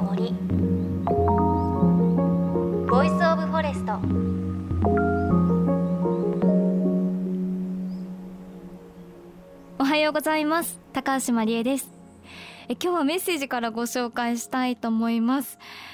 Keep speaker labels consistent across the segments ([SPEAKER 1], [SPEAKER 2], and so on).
[SPEAKER 1] 森ボイスオブフォレスト。おはようございます。高橋まりえです。今日はメッセージからご紹介したいと思います。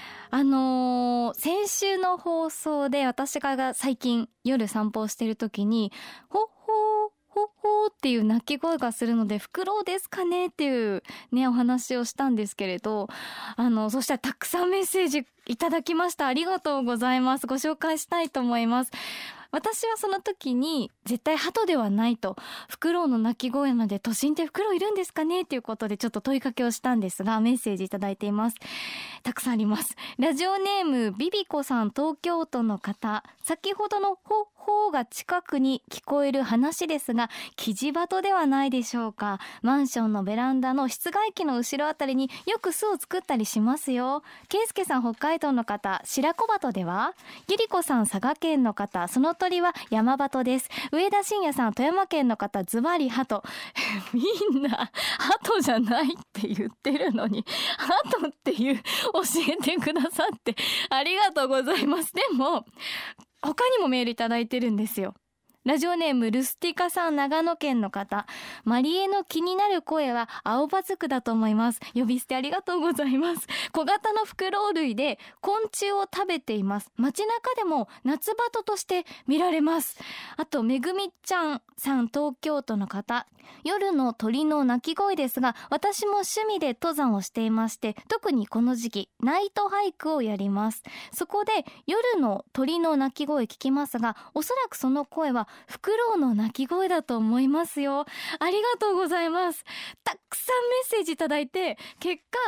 [SPEAKER 1] 先週の放送で私が最近夜散歩をしている時にほっほーほっほーっていう鳴き声がするのでフクロウですかねっていうねお話をしたんですけれど、そしたらたくさんメッセージいただきました。ありがとうございます。ご紹介したいと思います。私はその時に絶対鳩ではないと、フクロウの鳴き声なので都心ってフクロウいるんですかねということでちょっと問いかけをしたんですが、メッセージいただいています。たくさんあります。ラジオネームビビコさん、東京都の方。先ほどのほっほーが近くに聞こえる話ですが、キジバトではないでしょうか。マンションのベランダの室外機の後ろあたりによく巣を作ったりしますよ。ケイスケさん、北海道の方。白子バトでは。ギリコさん、佐賀県の方。その鳥は山鳩です。上田晋也さん、富山県の方。ズバリ鳩。みんな鳩じゃないって言ってるのに鳩っていう教えてくださってありがとうございます。でも他にもメールいただいてるんですよ。ラジオネームルスティカさん、長野県の方。マリエの気になる声は青葉ズクだと思います。呼び捨てありがとうございます。小型のフクロウ類で昆虫を食べています。街中でも夏バトとして見られます。あとめぐみちゃんさん、東京都の方。夜の鳥の鳴き声ですが、私も趣味で登山をしていまして、特にこの時期ナイトハイクをやります。そこで夜の鳥の鳴き声聞きますが、おそらくその声はフクロウの鳴き声だと思いますよ。ありがとうございます。たくさんメッセージいただいて、結果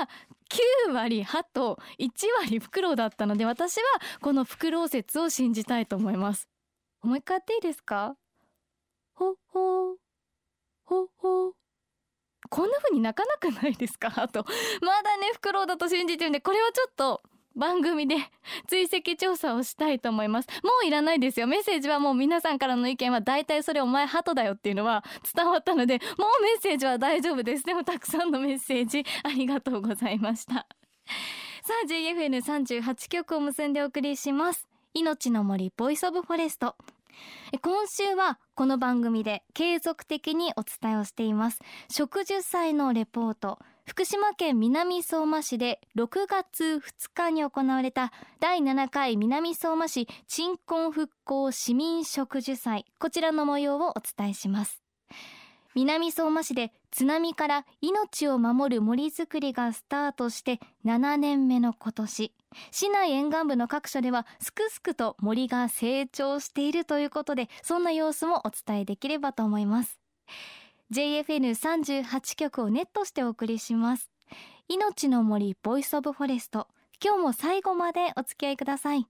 [SPEAKER 1] 9割鳩1割フクロウだったので、私はこのフクロウ説を信じたいと思います。もう一回やっていいですか？ほほほほ。こんな風に鳴かなくないですか？鳩まだねフクロウだと信じてるんで、これはちょっと番組で追跡調査をしたいと思います。もういらないですよ。メッセージはもう皆さんからの意見はだいたいそれお前鳩だよっていうのは伝わったので、もうメッセージは大丈夫です。でもたくさんのメッセージありがとうございました。さあ JFN38 曲を結んでお送りします。命の森ボイスオブフォレスト。今週はこの番組で継続的にお伝えをしています植樹祭のレポート。福島県南相馬市で6月2日に行われた第7回南相馬市鎮魂復興市民植樹祭、こちらの模様をお伝えします。南相馬市で津波から命を守る森づくりがスタートして7年目の今年、市内沿岸部の各所ではすくすくと森が成長しているということで、そんな様子もお伝えできればと思います。 JFN38 局をネットしてお送りします。命の森ボイスオブフォレスト、今日も最後までお付き合いください。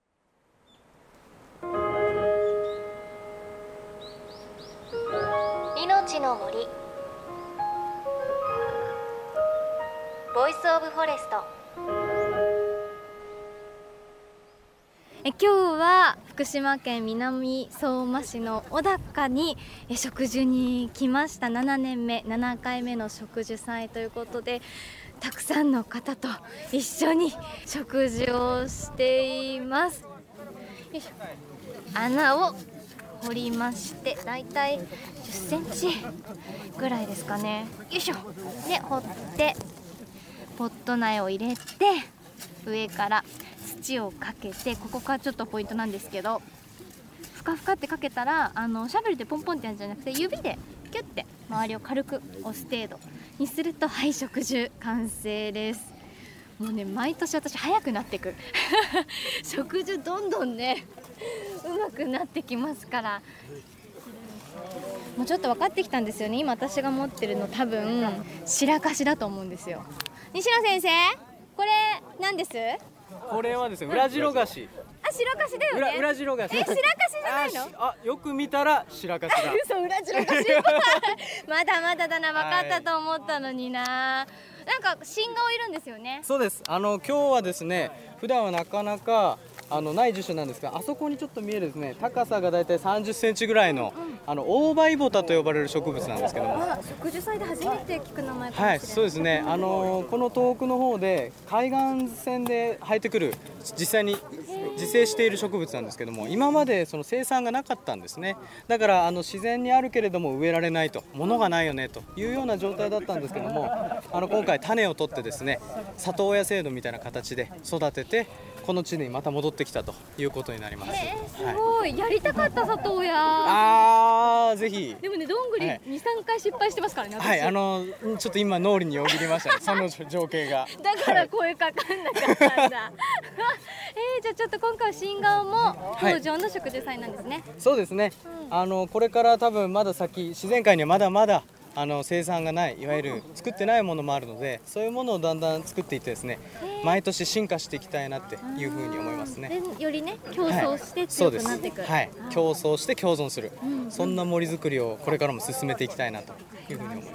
[SPEAKER 1] 命の森ボイスオブフォレスト。今日は福島県南相馬市の小高に植樹に来ました。7年目7回目の植樹祭ということで、たくさんの方と一緒に植樹をしています。よいしょ。穴を掘りまして、だいたい10センチぐらいですかね。よいしょ。で掘ってポット苗を入れて、上から土をかけて、ここからちょっとポイントなんですけど、ふかふかってかけたらシャベルでポンポンってやるんじゃなくて、指でキュッて周りを軽く押す程度にすると、はい、植樹完成です。もうね、毎年私早くなってく植樹どんどんね上手くなってきますから、もうちょっと分かってきたんですよね。今私が持ってるの多分白樫だと思うんですよ。西野先生、これ何です？
[SPEAKER 2] これはですね、裏白樫。
[SPEAKER 1] 白樫だよね。
[SPEAKER 2] 裏白樫。
[SPEAKER 1] 白樫じゃないの？
[SPEAKER 2] よく見たら白樫だ。
[SPEAKER 1] 嘘、裏白樫まだまだだな、分かったと思ったのにな。なんか新顔いるんですよね。
[SPEAKER 2] そうです。今日はですね、普段はなかなかない樹種なんですが、あそこにちょっと見えるですね、高さがだいたい30センチぐらいのオオバイボタと呼ばれる植物なんですけども、
[SPEAKER 1] 植樹祭で初めて聞く名前かもしれない。
[SPEAKER 2] はい、そうですね。この遠くの方で海岸線で生えてくる実際に自生している植物なんですけども、今までその生産がなかったんですね。だから自然にあるけれども植えられないと、物がないよねというような状態だったんですけども、今回種を取ってですね、里親制度みたいな形で育てて、この地にまた戻ってきたということになります。
[SPEAKER 1] すごい、やりたかった里親。
[SPEAKER 2] ぜひ。
[SPEAKER 1] でもね、どんぐり2、3回失敗してますからね、私。
[SPEAKER 2] はい、ちょっと今脳裏によぎりましたね、その情景が。
[SPEAKER 1] だから声かかんなかったんだ。じゃあちょっと今回新顔も登場の植樹祭なんですね。
[SPEAKER 2] そうですね。これから多分まだ先、自然界にはまだまだ生産がない、いわゆる作ってないものもあるので、そういうものをだんだん作っていってですね、毎年進化していきたいなっていうふうに思いますね。
[SPEAKER 1] でよりね、競争して強くなっていく、
[SPEAKER 2] はい、競争して共存する、そんな森づくりをこれからも進めていきたいなというふうに思います。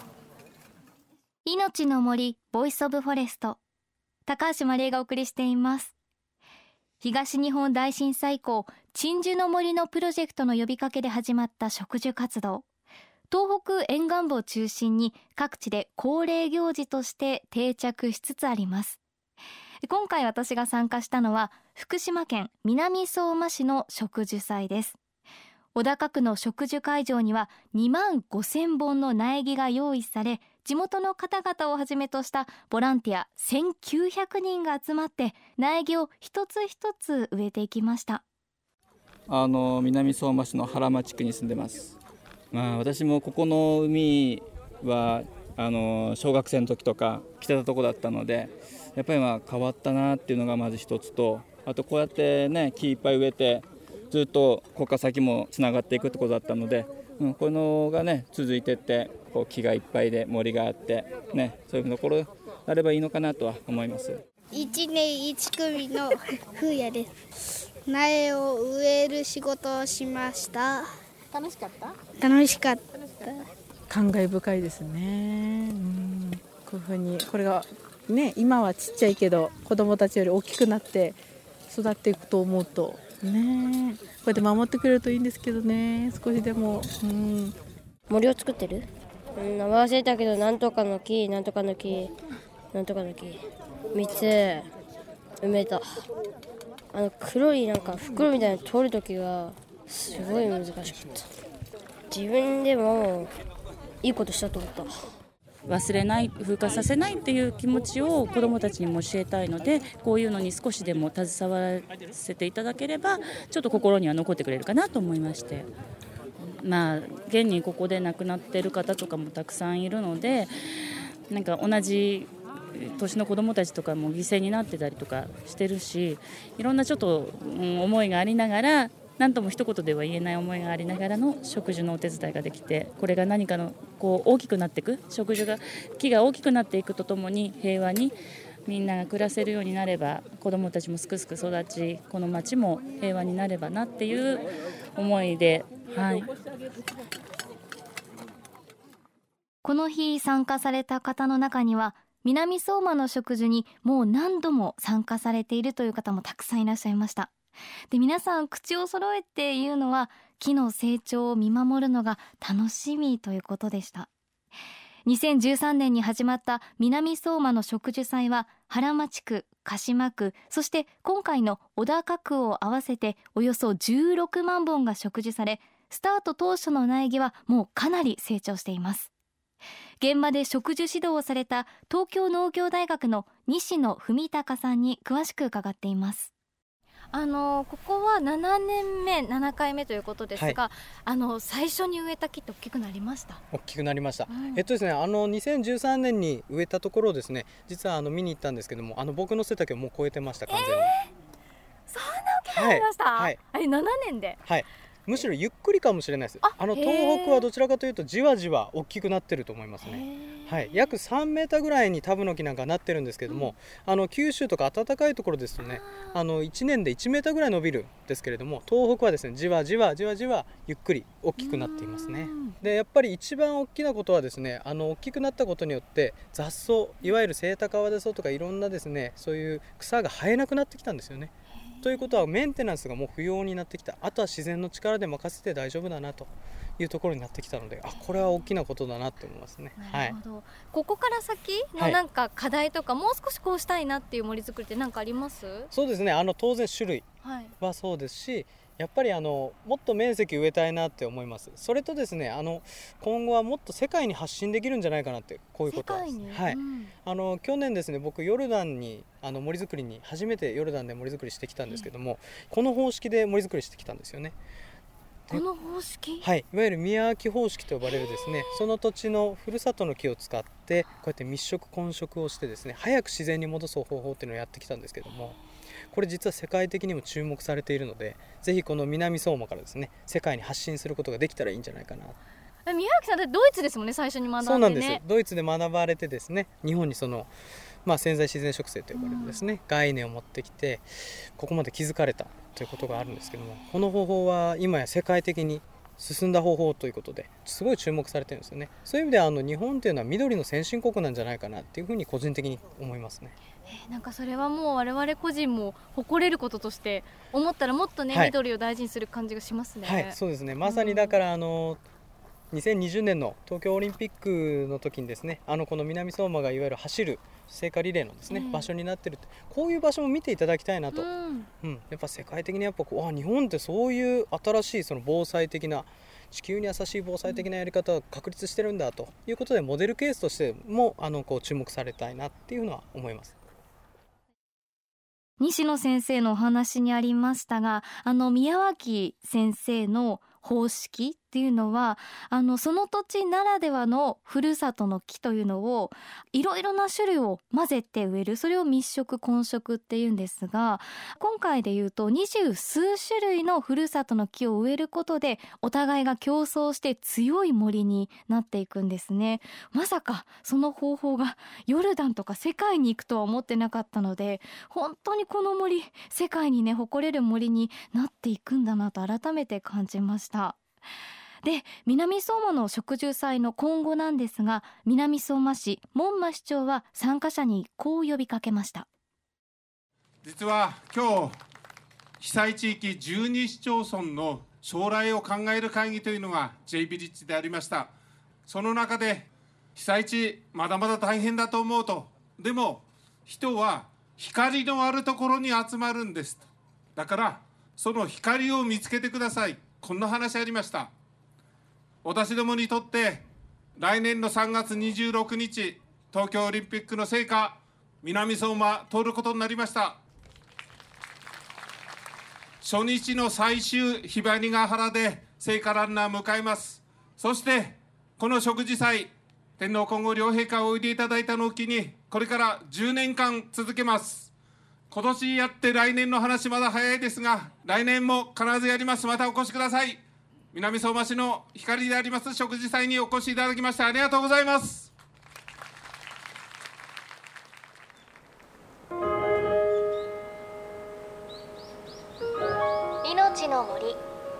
[SPEAKER 1] 命の森ボイスオブフォレスト、高橋真理恵がお送りしています。東日本大震災以降、鎮守の森のプロジェクトの呼びかけで始まった植樹活動、東北沿岸部を中心に各地で恒例行事として定着しつつあります。今回私が参加したのは福島県南相馬市の植樹祭です。小高区の植樹会場には2万5000本の苗木が用意され、地元の方々をはじめとしたボランティア1900人が集まって苗木を一つ一つ植えていきました。
[SPEAKER 3] 南相馬市の原町区に住んでます。私もここの海は小学生の時とか来てたとこだったので、やっぱり変わったなっていうのがまず一つと、あとこうやってね、木いっぱい植えてずっとここから先もつながっていくってことだったので、こういうのがね続いていって、こう木がいっぱいで森があってね、そういうところになればいいのかなとは思います。
[SPEAKER 4] 1年1組の風也です。苗を植える仕事をしました。
[SPEAKER 5] 楽しかった？
[SPEAKER 4] 楽しかった。
[SPEAKER 5] 感慨深いですね。こういうふうにこれがね、今はちっちゃいけど子供たちより大きくなって育っていくと思うとね、こうやって守ってくれるといいんですけどね、少しでも。
[SPEAKER 6] 森を作ってる？名前忘れたけど、なんとかの木、なんとかの木、なんとかの木3つ埋めた。黒いなんか袋みたいなの通るときがすごい難しかった。自分でもいいことしたと思った。
[SPEAKER 7] 忘れない、風化させないっていう気持ちを子どもたちにも教えたいので、こういうのに少しでも携わらせていただければちょっと心には残ってくれるかなと思いまして、現にここで亡くなっている方とかもたくさんいるので、なんか同じ年の子どもたちとかも犠牲になってたりとかしてるし、いろんなちょっと、思いがありながら、何とも一言では言えない思いがありながらの植樹のお手伝いができて、これが何かのこう大きくなっていく、木が大きくなっていくとともに平和にみんなが暮らせるようになれば、子どもたちもすくすく育ち、この町も平和になればなっていう思いで、
[SPEAKER 1] この日参加された方の中には、南相馬の植樹にもう何度も参加されているという方もたくさんいらっしゃいました。で、皆さん口を揃えて言うのは、木の成長を見守るのが楽しみということでした。2013年に始まった南相馬の植樹祭は、原町区、鹿島区、そして今回の小高区を合わせておよそ16万本が植樹され、スタート当初の苗木はもうかなり成長しています。現場で植樹指導をされた東京農業大学の西野文隆さんに詳しく伺っています。ここは7年目7回目ということですが、最初に植えた木って大きくなりました？大
[SPEAKER 2] きくなりました。ですね、2013年に植えたところをですね、実は見に行ったんですけども、僕の背丈をもう超えてました。完全に。
[SPEAKER 1] そんな大きくなりました？
[SPEAKER 2] はい、
[SPEAKER 1] 7年で。
[SPEAKER 2] はい、むしろゆっくりかもしれないです。東北はどちらかというとじわじわ大きくなってると思いますね。はい、約3メーターぐらいにタブノキなんかなってるんですけども、九州とか暖かいところですとね、1年で1メーターぐらい伸びるんですけれども、東北はですね、じわじわゆっくり大きくなっていますね。で、やっぱり一番大きなことはですね、大きくなったことによって雑草、いわゆるセイタカワダソとかいろんなですね、そういう草が生えなくなってきたんですよね。 ということはメンテナンスがもう不要になってきた、あとは自然の力で任せて大丈夫だなというところになってきたので、これは大きなことだなって思いますね。
[SPEAKER 1] なるほど、ここから先のなんか課題とか、もう少しこうしたいなっていう森づくりって何かあります？
[SPEAKER 2] そうですね、当然種類はそうですし、やっぱりもっと面積植えたいなって思います。それとですね、今後はもっと世界に発信できるんじゃないかなって、こういうことはですね、去年ですね、僕ヨルダンに森づくりに初めてヨルダンで森づくりしてきたんですけども、この方式で森づくりしてきたんですよね。
[SPEAKER 1] この方式、
[SPEAKER 2] はい、いわゆる宮脇方式と呼ばれるですね、その土地のふるさとの木を使ってこうやって密植混植をしてですね、早く自然に戻す方法っていうのをやってきたんですけども、これ実は世界的にも注目されているので、ぜひこの南相馬からですね、世界に発信することができたらいいんじゃないかな。
[SPEAKER 1] 宮脇さんってドイツですもんね、最初に学んでね。
[SPEAKER 2] そうなんです。ドイツで学ばれてですね、日本にその潜在自然植生と呼ばれるですね、概念を持ってきてここまで築かれたということがあるんですけども、この方法は今や世界的に進んだ方法ということですごい注目されてるんですよね。そういう意味で日本というのは緑の先進国なんじゃないかなっていうふうに個人的に思いますね。
[SPEAKER 1] なんかそれはもう我々個人も誇れることとして思ったら、もっとね、緑を大事にする感じがしますね。
[SPEAKER 2] はい、そうですね。まさにだから2020年の東京オリンピックの時にですね、この南相馬がいわゆる走る聖火リレーのですね、場所になっている、こういう場所も見ていただきたいなと、やっぱ世界的にやっぱ日本ってそういう新しいその防災的な、地球に優しい防災的なやり方を確立してるんだということで、モデルケースとしても注目されたいなっていうのは思います。
[SPEAKER 1] 西野先生のお話にありましたが、宮脇先生の方式っていうのはその土地ならではのふるさとの木というのをいろいろな種類を混ぜて植える、それを密植混植っていうんですが、今回でいうと20数種類のふるさとの木を植えることでお互いが競争して強い森になっていくんですね。まさかその方法がヨルダンとか世界に行くとは思ってなかったので、本当にこの森、世界にね誇れる森になっていくんだなと改めて感じました。で、南相馬の植樹祭の今後なんですが、南相馬市門馬市長は参加者にこう呼びかけました。
[SPEAKER 8] 実は今日被災地域12市町村の将来を考える会議というのが J ビリッジでありました。その中で被災地まだまだ大変だと思うと、でも人は光のあるところに集まるんです。だからその光を見つけてください、こんな話ありました。私どもにとって来年の3月26日東京オリンピックの聖火南相馬通ることになりました。初日の最終ひばりが原で聖火ランナー迎えます。そしてこの植樹祭、天皇皇后両陛下をおいでいただいたのを機にこれから10年間続けます。今年やって来年の話まだ早いですが、来年も必ずやります。またお越しください。南相馬市の光であります植樹祭にお越しいただきましてありがとうございます。
[SPEAKER 1] 命の森、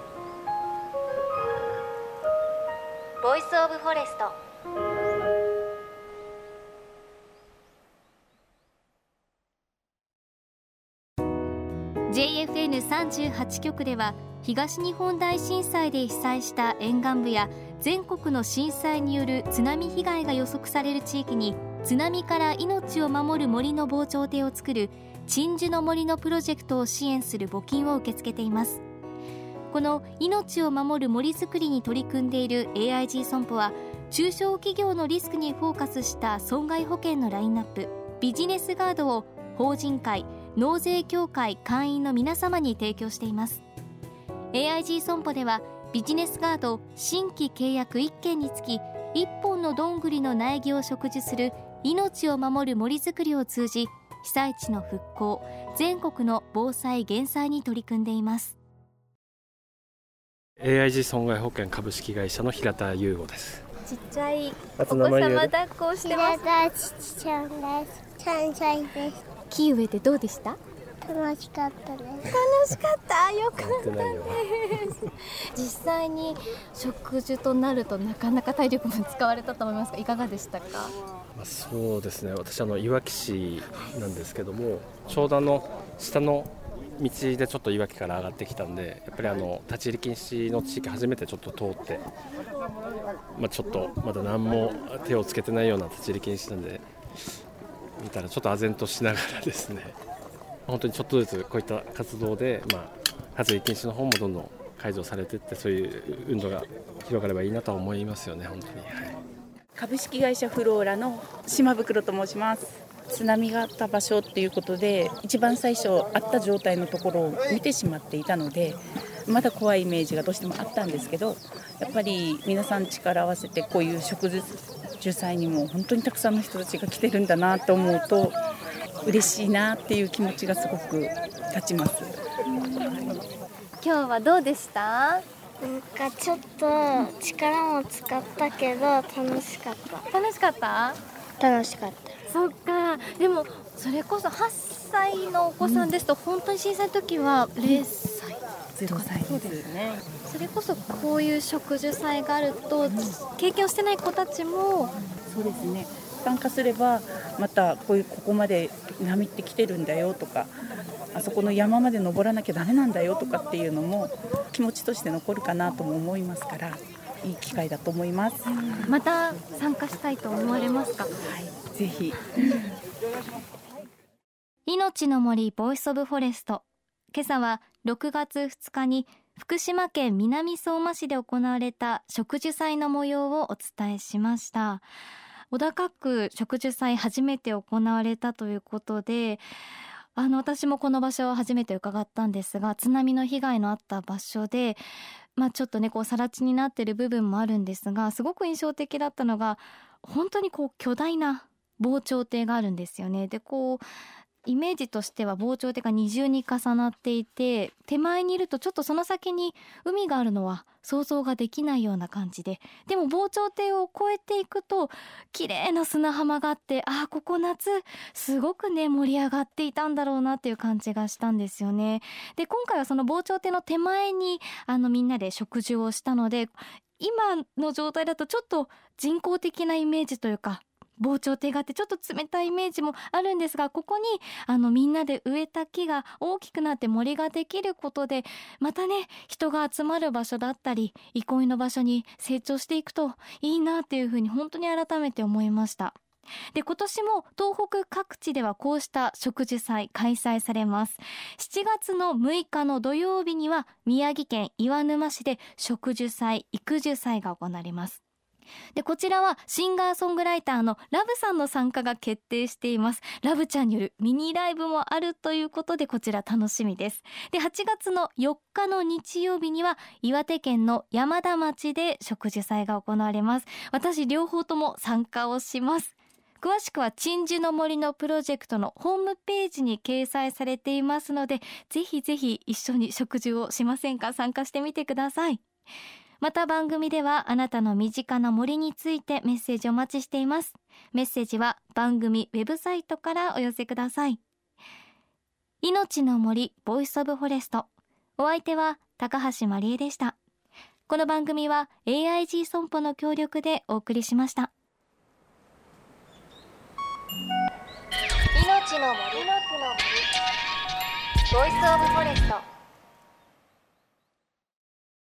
[SPEAKER 1] ボイスオブフォレスト。JFN38 局では東日本大震災で被災した沿岸部や全国の震災による津波被害が予測される地域に津波から命を守る森の防潮堤を作る鎮守の森のプロジェクトを支援する募金を受け付けています。この命を守る森づくりに取り組んでいる AIG 損保は、中小企業のリスクにフォーカスした損害保険のラインナップビジネスガードを法人会、納税協会会員の皆様に提供しています。 AIG 損保ではビジネスガード新規契約1件につき1本のどんぐりの苗木を植樹する命を守る森づくりを通じ、被災地の復興、全国の防災減災に取り組んでいます。
[SPEAKER 9] AIG 損害保険株式会社の平田優吾です。
[SPEAKER 1] ちっちゃいお子様抱っこしてます。
[SPEAKER 4] 平田ちちちゃんです。3歳です。
[SPEAKER 1] 木植えてどうでした？
[SPEAKER 4] 楽しかったです。
[SPEAKER 1] 楽しかった。よかったです。実際に植樹となるとなかなか体力も使われたと思いますが、いかがでしたか？
[SPEAKER 9] そうですね、私いわき市なんですけども、商談の下の道でちょっといわきから上がってきたんで、やっぱり立ち入り禁止の地域初めてちょっと通って、ちょっとまだ何も手をつけてないような立ち入り禁止なんで、見たらちょっと唖然としながらですね、本当にちょっとずつこういった活動で、立ち入り禁止の方もどんどん解除されていって、そういう運動が広がればいいなとは思いますよね、本当に。
[SPEAKER 10] 株式会社フローラの島袋と申します。津波があった場所っていうことで、一番最初あった状態のところを見てしまっていたので、まだ怖いイメージがどうしてもあったんですけど、やっぱり皆さん力を合わせてこういう植樹祭にも本当にたくさんの人たちが来てるんだなと思うと嬉しいなっていう気持ちがすごく立ちます。
[SPEAKER 1] 今日はどうでした？
[SPEAKER 4] ちょっと力も使ったけど楽しかった。
[SPEAKER 1] 楽しかった？
[SPEAKER 4] 楽しかった。
[SPEAKER 1] そっか。でもそれこそ8歳のお子さんですと、本当に小さい時は0歳
[SPEAKER 10] 0歳ですね。
[SPEAKER 1] それこそこういう植樹祭があると経験をしてない子たちも
[SPEAKER 10] そうですね、参加すればまたここまで波ってきてるんだよとか、あそこの山まで登らなきゃダメなんだよとかっていうのも気持ちとして残るかなとも思いますから、いい機会だと思います。
[SPEAKER 1] また参加したいと思われますか？
[SPEAKER 10] はい、ぜひ。
[SPEAKER 1] 命の森ボイスオブフォレスト、今朝は6月2日に福島県南相馬市で行われた植樹祭の模様をお伝えしました。小高区植樹祭初めて行われたということで、私もこの場所を初めて伺ったんですが、津波の被害のあった場所で、ちょっとね更地になっている部分もあるんですが、すごく印象的だったのが本当に巨大な防潮堤があるんですよね。でイメージとしては防潮堤が二重に重なっていて、手前にいるとちょっとその先に海があるのは想像ができないような感じで、でも防潮堤を越えていくと綺麗な砂浜があって、ここ夏すごくね盛り上がっていたんだろうなっていう感じがしたんですよね。で今回はその防潮堤の手前にみんなで植樹をしたので、今の状態だとちょっと人工的なイメージというか、防潮堤があってちょっと冷たいイメージもあるんですが、ここにみんなで植えた木が大きくなって森ができることで、またね人が集まる場所だったり憩いの場所に成長していくといいなっていうふうに本当に改めて思いました。で今年も東北各地ではこうした植樹祭開催されます。7月の6日の土曜日には宮城県岩沼市で植樹祭育樹祭が行われます。でこちらはシンガーソングライターのラブさんの参加が決定しています。ラブちゃんによるミニライブもあるということで、こちら楽しみです。で8月の4日の日曜日には岩手県の山田町で植樹祭が行われます。私両方とも参加をします。詳しくは鎮守の森のプロジェクトのホームページに掲載されていますので、ぜひぜひ一緒に植樹をしませんか？参加してみてください。また番組ではあなたの身近な森についてメッセージお待ちしています。メッセージは番組ウェブサイトからお寄せください。命の森ボイスオブフォレスト、お相手は高橋まりえでした。この番組は AIG 損保の協力でお送りしました。
[SPEAKER 11] 命の森ボイスオブフォレスト。